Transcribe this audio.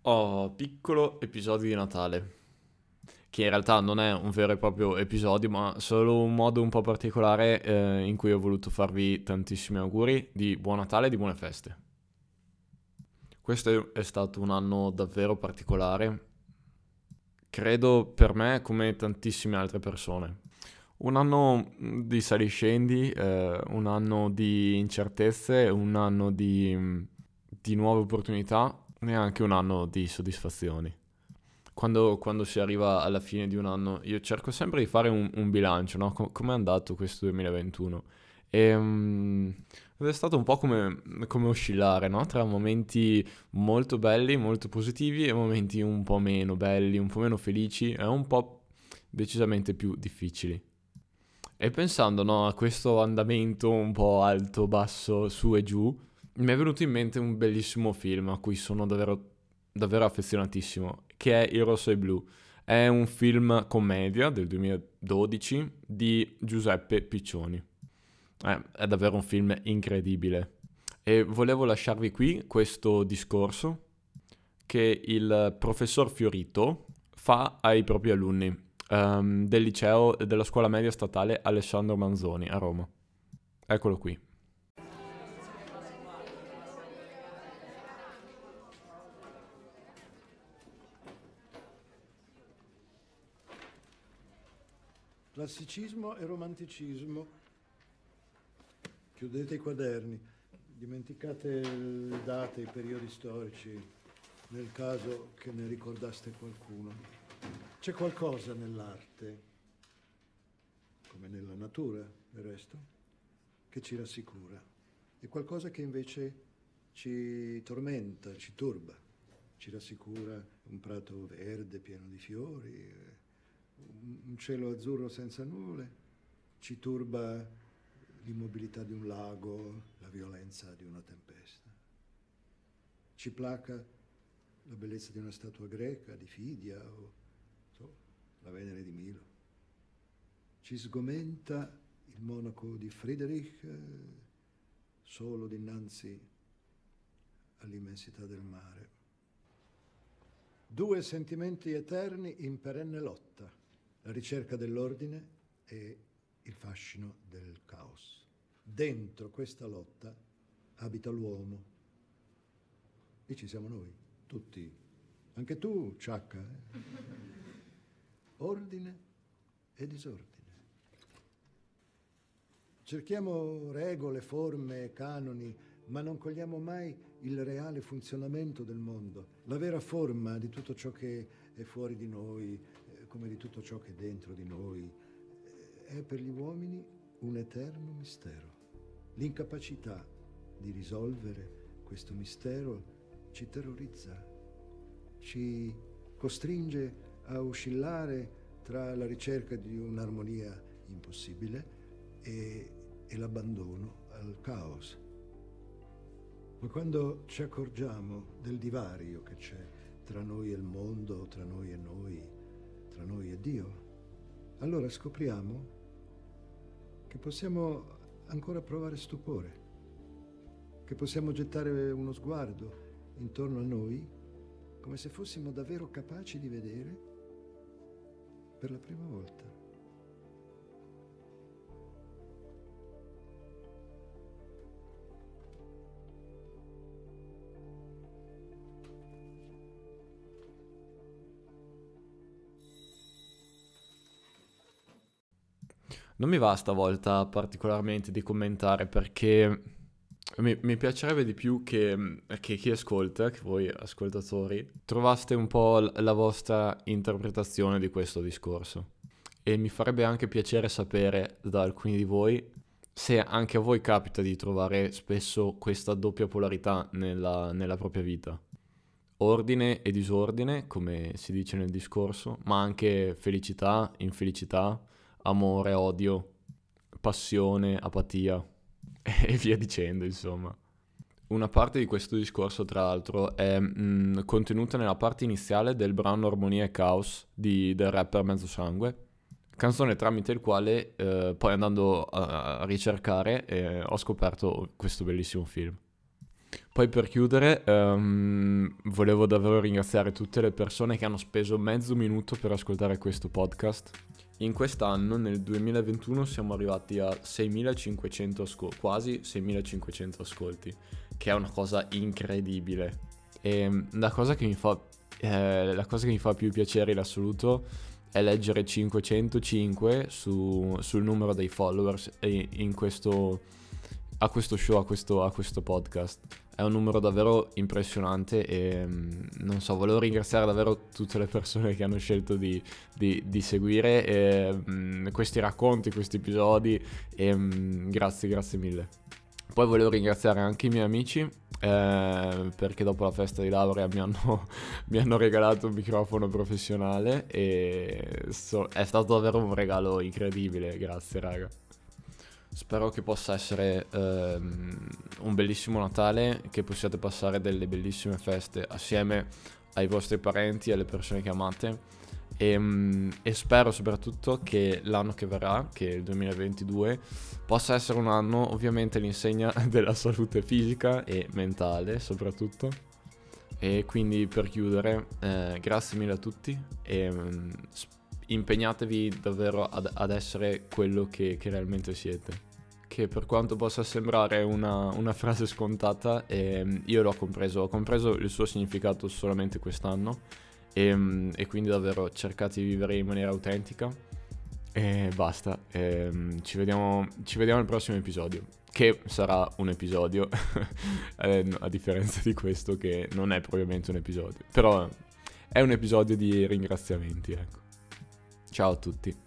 Piccolo episodio di Natale, che in realtà non è un vero e proprio episodio, ma solo un modo un po' particolare in cui ho voluto farvi tantissimi auguri di buon Natale e di buone feste. Questo è stato un anno davvero particolare, credo per me come tantissime altre persone. Un anno di saliscendi, un anno di incertezze, un anno di nuove opportunità e anche un anno di soddisfazioni. Quando si arriva alla fine di un anno, io cerco sempre di fare un bilancio, no? Come è andato questo 2021? Ed è stato un po' come oscillare, no? Tra momenti molto belli, molto positivi e momenti un po' meno belli, un po' meno felici e un po' decisamente più difficili. E pensando, no, a questo andamento un po' alto, basso, su e giù, mi è venuto in mente un bellissimo film a cui sono davvero affezionatissimo, che è Il Rosso e Blu. È un film commedia del 2012 di Giuseppe Piccioni. È davvero un film incredibile. E volevo lasciarvi qui questo discorso che il professor Fiorito fa ai propri alunni del liceo della scuola media statale Alessandro Manzoni a Roma. Eccolo qui. Classicismo e romanticismo. Chiudete i quaderni, dimenticate le date, i periodi storici, nel caso che ne ricordaste qualcuno. C'è qualcosa nell'arte, come nella natura, del resto, che ci rassicura. E qualcosa che invece ci tormenta, ci turba. Ci rassicura un prato verde pieno di fiori, un cielo azzurro senza nuvole, ci turba l'immobilità di un lago, la violenza di una tempesta. Ci placa la bellezza di una statua greca, di Fidia o la Venere di Milo. Ci sgomenta il monaco di Friedrich, solo dinanzi all'immensità del mare. Due sentimenti eterni in perenne lotta, la ricerca dell'ordine e il fascino del caos. Dentro questa lotta abita l'uomo. E ci siamo noi, tutti. Anche tu, Ciacca. Ordine e disordine. Cerchiamo regole, forme, canoni, ma non cogliamo mai il reale funzionamento del mondo, la vera forma di tutto ciò che è fuori di noi, come di tutto ciò che è dentro di noi. È per gli uomini un eterno mistero. L'incapacità di risolvere questo mistero ci terrorizza, ci costringe a oscillare tra la ricerca di un'armonia impossibile e l'abbandono al caos. Ma quando ci accorgiamo del divario che c'è tra noi e il mondo, tra noi e noi, tra noi e Dio, allora scopriamo che possiamo ancora provare stupore, che possiamo gettare uno sguardo intorno a noi come se fossimo davvero capaci di vedere per la prima volta. Non mi va stavolta particolarmente di commentare perché mi piacerebbe di più che chi ascolta, che voi ascoltatori, trovaste un po' la vostra interpretazione di questo discorso. E mi farebbe anche piacere sapere da alcuni di voi se anche a voi capita di trovare spesso questa doppia polarità nella propria vita. Ordine e disordine, come si dice nel discorso, ma anche felicità, infelicità, amore, odio, passione, apatia e via dicendo, insomma. Una parte di questo discorso, tra l'altro, è contenuta nella parte iniziale del brano Armonia e Caos del rapper Mezzosangue, canzone tramite il quale poi andando a ricercare ho scoperto questo bellissimo film. Poi per chiudere, volevo davvero ringraziare tutte le persone che hanno speso mezzo minuto per ascoltare questo podcast. In quest'anno, nel 2021, siamo arrivati a 6.500 quasi 6.500 ascolti, che è una cosa incredibile. E la cosa che mi fa più piacere in assoluto è leggere 505 sul numero dei followers a questo show, a questo podcast. È un numero davvero impressionante e non so, volevo ringraziare davvero tutte le persone che hanno scelto di seguire questi racconti, questi episodi e grazie mille. Poi volevo ringraziare anche i miei amici perché dopo la festa di laurea mi hanno regalato un microfono professionale e è stato davvero un regalo incredibile, grazie raga. Spero che possa essere un bellissimo Natale, che possiate passare delle bellissime feste assieme ai vostri parenti e alle persone che amate e spero soprattutto che l'anno che verrà, che è il 2022, possa essere un anno ovviamente all'insegna della salute fisica e mentale soprattutto. E quindi per chiudere, grazie mille a tutti e impegnatevi davvero ad essere quello che realmente siete. Che per quanto possa sembrare una frase scontata, io ho compreso il suo significato solamente quest'anno e quindi davvero cercate di vivere in maniera autentica e basta. Ci vediamo al prossimo episodio, che sarà un episodio a differenza di questo che non è propriamente un episodio, però è un episodio di ringraziamenti, ecco. Ciao a tutti.